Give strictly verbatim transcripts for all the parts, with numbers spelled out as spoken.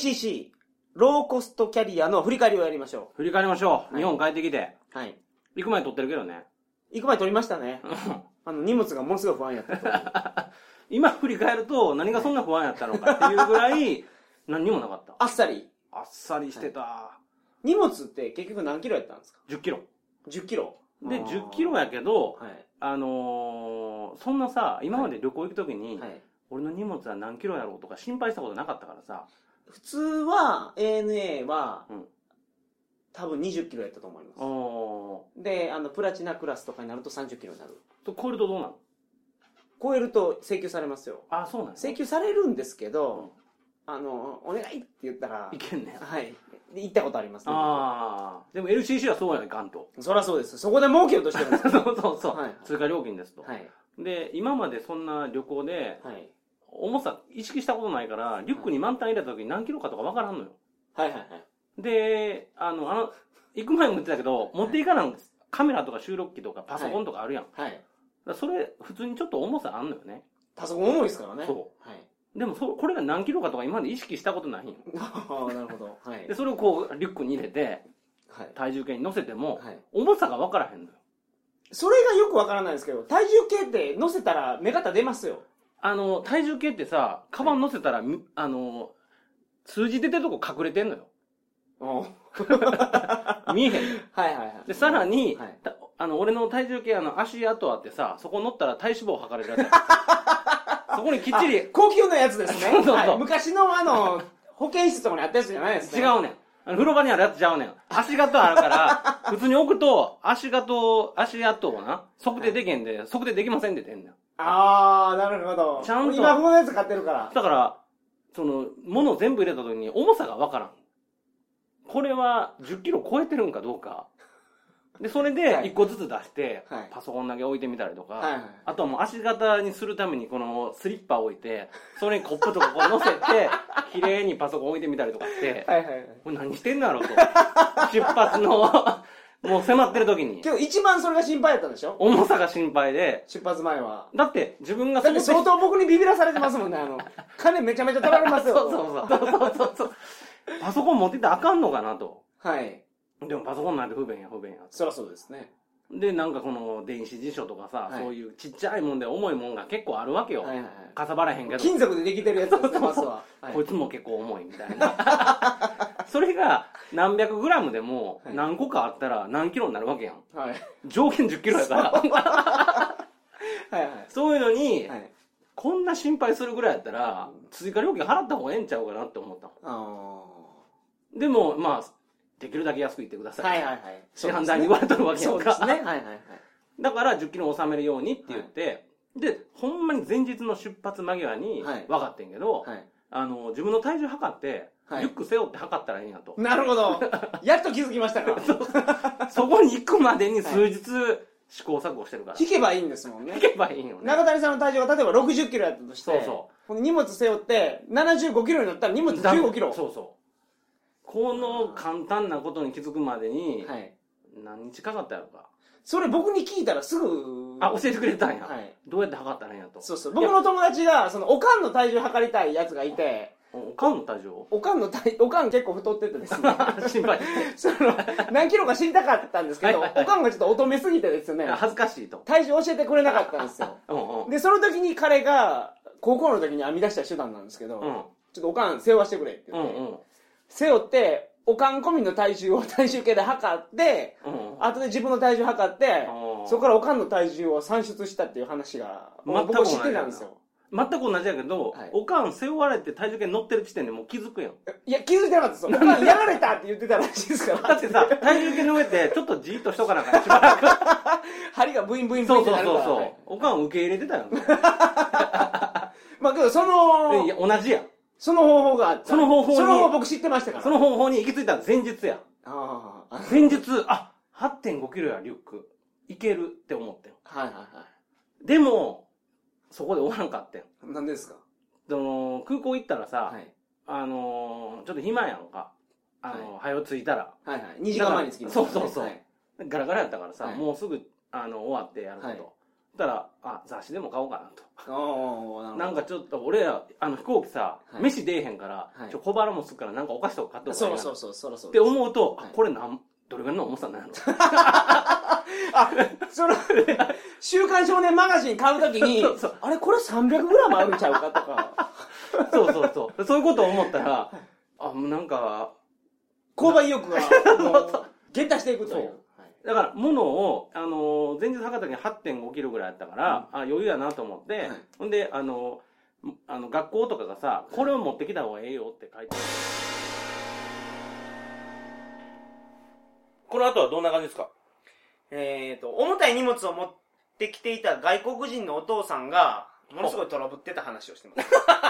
シーシー、ローコストキャリアの振り返りをやりましょ振り返りましょう。 はい日本帰ってきて。 う。はい。 行く前に撮ってるけどね。 行く前取りましたね。あの、荷物がものすごい不安やったと。 今振り返ると何がそんな不安やったのかっていうぐらい何にもなかった。 あっさり。 あっさりしてた。 荷物って結局何キロやったんですか？ じゅっキロ。 じゅっキロ。 で、じゅっキロやけど、 はい。 あのー、そんなさ、今まで旅行行くときに、 はい。 俺の荷物は何キロやろうとか心配したことなかったからさ。 普通は エーエヌエー は、 うん多分にじゅっキロやったと思います。 おで、あのプラチナクラスとかになるとさんじゅっキロになる。 ー。超えるとどうなの？ 超えると請求されますよ。 あ、そうなんや。 請求されるんですけど、あのお願いって言ったらいけんねん。 はいで行ったことありますね。 ああ。でも エルシーシー はそうやいかんと。 そりゃそうです。そこで儲けようとしてるんですそよ。 うそうそう。 はい追加料金ですと。 はいで、今までそんな旅行で、 はい重さ意識したことないから、リュックに満タン入れた時に何キロかとかわからんのよ。 はいはいはいで、あの、あの、行く前も言ってたけど、持っていかないカメラとか収録機とかパソコンとかあるやん。だかはい。 らそれ、普通にちょっと重さあんのよね。 パソコン重いですからね。 そうはい。 でもそ、これが何キロかとか今まで意識したことないんよ。 ああ、なるほど。はいで、。それをこう、リュックに入れて、 はい。 体重計に乗せても、 はい。 重さがわからへんのよ。 それがよくわからないですけど、体重計って乗せたら目方出ますよ。 あの、体重計ってさ、カバン乗せたら、みあの、数字出てるとこ隠れてんのよ。 お見えへんの。 はいはいはい。 で、さらに、 はいたあの、俺の体重計、あの、足跡あってさ、そこ乗ったら体脂肪を測れるやつ。そこにきっちり、 高級なやつですね。 そうそうそうはい昔のあの、保健室とかにあったやつじゃないですね。 違うねん。あの風呂場にあるやつちゃうねん。足跡あるから、普通に置くと、足跡、足跡をな、測定できへんで、測定できませんって出んねん。 あー、なるほど。 ちゃんと今風のやつ買ってるから。 だから、その、物を全部入れた時に重さがわからん。これはじゅっキロ超えてるんかどうか。で、それでいっこずつ出して、 はいパソコンだけ置いてみたりとか、 はいはい。 あとはもう足型にするためにこのスリッパ置いて、それにコップとかこう乗せて、綺麗にパソコン置いてみたりとかして、 はいはいはい。 これ何してんだろうと。出発の、もう迫ってる時に。 けど一番それが心配やったんでしょ？ 重さが心配で。 出発前は。 だって自分がだって想定相当僕にビビらされてますもんね。あの、金めちゃめちゃ取られますよ。 そうそうそう。そうそうそうそう。パソコン持ってってあかんのかなと。 はい。 でもパソコンなんて不便や不便や。 そりゃそうですね。 で、なんかこの電子辞書とかさ、 はいそういうちっちゃいもんで重いもんが結構あるわけよ。 はいはいはい。 かさばらへんけど。 金属でできてるやつですね、まずは。はいこいつも結構重いみたいな。それが何百グラムでもはい何個かあったら何キロになるわけやん。 はい。 上限じゅっキロやから。 はいはい。 そういうのに、 はい。 こんな心配するぐらいやったら、追加料金払った方がええんちゃうかなって思ったあの。でも、まあ、できるだけ安く言ってくだあ。 さい。 はいはいはい。 市販代に言われとるわけやんか。 そうですね。はいはいはい。 だからじゅっキロ収めるようにって言って、で、ほんまに前日の出発間際にはい分かってんけど、 はい。 あの、自分の体重測って、 はいリュック背負って測ったらいいんやと。 なるほど。やっと気づきましたか。 そこに行くまでに数日試行錯誤してるから。 引けばいいんですもんね行。けばいいよね。 中谷さんの体重が例えばろくじゅっキロやったとして、 そうそこの荷物背負ってななじゅうごキロになったら荷物じゅうごキロ。 そうそう。この簡単なことに気づくまでに、 はい。 何日かかったやろか。 それ僕に聞いたらすぐ。 あ、教えてくれたんや。 はい。 どうやって測ったらいいんやと。 そうそう。僕の友達が、その、おかんの体重測りたいやつがいて、 おかんの体重をおかんの体、おかん結構太っててですね。 心配。 その、何キロか知りたかったんですけど、 はいはいはいおかんがちょっと乙女すぎてですね、 恥ずかしいと。 体重教えてくれなかったんですよ。 うんうん。 で、その時に彼が、高校の時に編み出した手段なんですけど、 うんちょっとおかん背負わしてくれって言って、 うんうん。 背負って、おかん込みの体重を体重計で測って、 うん後で自分の体重測ってう、んそこからおかんの体重を算出したっていう話が、 全く僕は知ってたんですよ。 全く同じやけど、 はいおかん背負われて体重計に乗ってる時点でもう気づくやん。 いや、気づいてなかったですよ。おかんやられたって言ってたらしいですから。 だってさ、体重計の上ってちょっとじーっとしとかなあかんしばらく。 針がブインブインブイそうそうンってなるから。 そうそう、 はいおかん受け入れてたやん。 まあけど、そのい、や同じやん。 その方法があった。 その方法にその方法僕知ってましたから。 その方法に行き着いたの前日や。 ああ。 前日、あ、はってんごキロやリュック。いけるって思ってん。 はいはいはでも、そこで終わらんかってん。 い。何ですか？ その、空港行ったらさ、 はい。 あのー、ちょっと暇やんか。あのー、早着いたら。 はいはい。にじかんまえに着きましたね。 そうそうそうはいガラガラやったからさ、 はいもうすぐ、あの、終わってやること。 はいたら、あ、雑誌でも買おうかなと。 おー、なるほど。 なんかちょっと俺ら、あの飛行機さ、 はい飯出えへんから、 はいちょ小腹もすっからなんかお菓子とか買っておかなそうそうそう、そろそろ。 って思うと、 はいあこれなん、どれぐらいの重さなんやろあ、その、週刊少年マガジン買うときに、 そうそうあれこれ さんびゃくグラム あるんちゃうかとか。 そうそうそう。そういうことを思ったら、あ、もうなんか、 購買意欲が、もう、減退していくという。 だから、物を、あのー、前日測った時に はってんごキロぐらいあったから、あ、余裕やなと思って、 はいほんで、あのー、あの、学校とかがさ、これを持ってきた方がええよって書いてある。この後はどんな感じですか？ えっと、重たい荷物を持ってきていた外国人のお父さんが、ものすごいトラブってた話をしてます。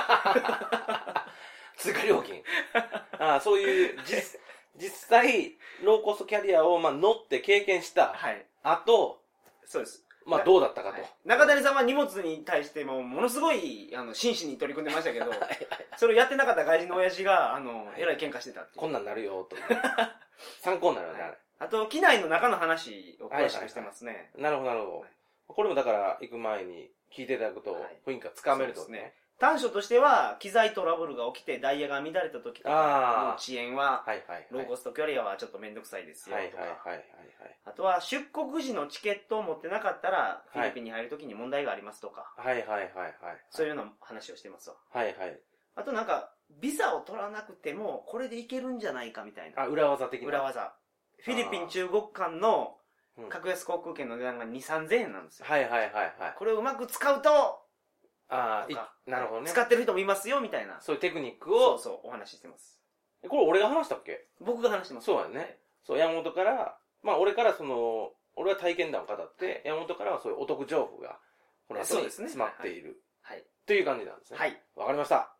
追加料金。ああ、そういう、実、実際、ローコストキャリアを、まあ、乗って経験したはい。 後、 そうです。 まあ、どうだったかと。 はい中谷さんは荷物に対しても、ものすごい、あの、真摯に取り組んでましたけど、それをやってなかった外人の親父が、あの、えらい喧嘩してたっていう。 こんなんなるよ、という。参考になるよね、あれ。 あと、機内の中の話を詳しくしてますね。 なるほど、なるほど。これもだから、行く前に聞いていただくと、雰囲気がつかめるとそうですね。短所としては、機材トラブルが起きてダイヤが乱れた時とかの遅延は、 はいはいはい。 ローコストキャリアはちょっとめんどくさいですよはいとか。 はいはいはい。 あとは、出国時のチケットを持ってなかったら、フィリピンに入る時に問題がありますとか。 はいはいはいはい。 そういうような話をしてますわ。 はいはい。 あとなんか、ビザを取らなくても、これでいけるんじゃないかみたいな。 あ、裏技的な。 裏技。フィリピン中国間の格安航空券の値段がに、さんぜんえんなんですよ。 はいはいはいはい。 これをうまく使うと、 ああ、なるほどね。 使ってる人もいますよ、みたいな。 そういうテクニックそうを。 そう、お話ししてます。 これ俺が話したっけ？ 僕が話してます。 そうやね。そう、山本から、まあ俺からその、俺は体験談を語って、山本からはそういうお得情報が、この後に詰まっている。 はい。 という感じなんですね。 はい。 わかりました。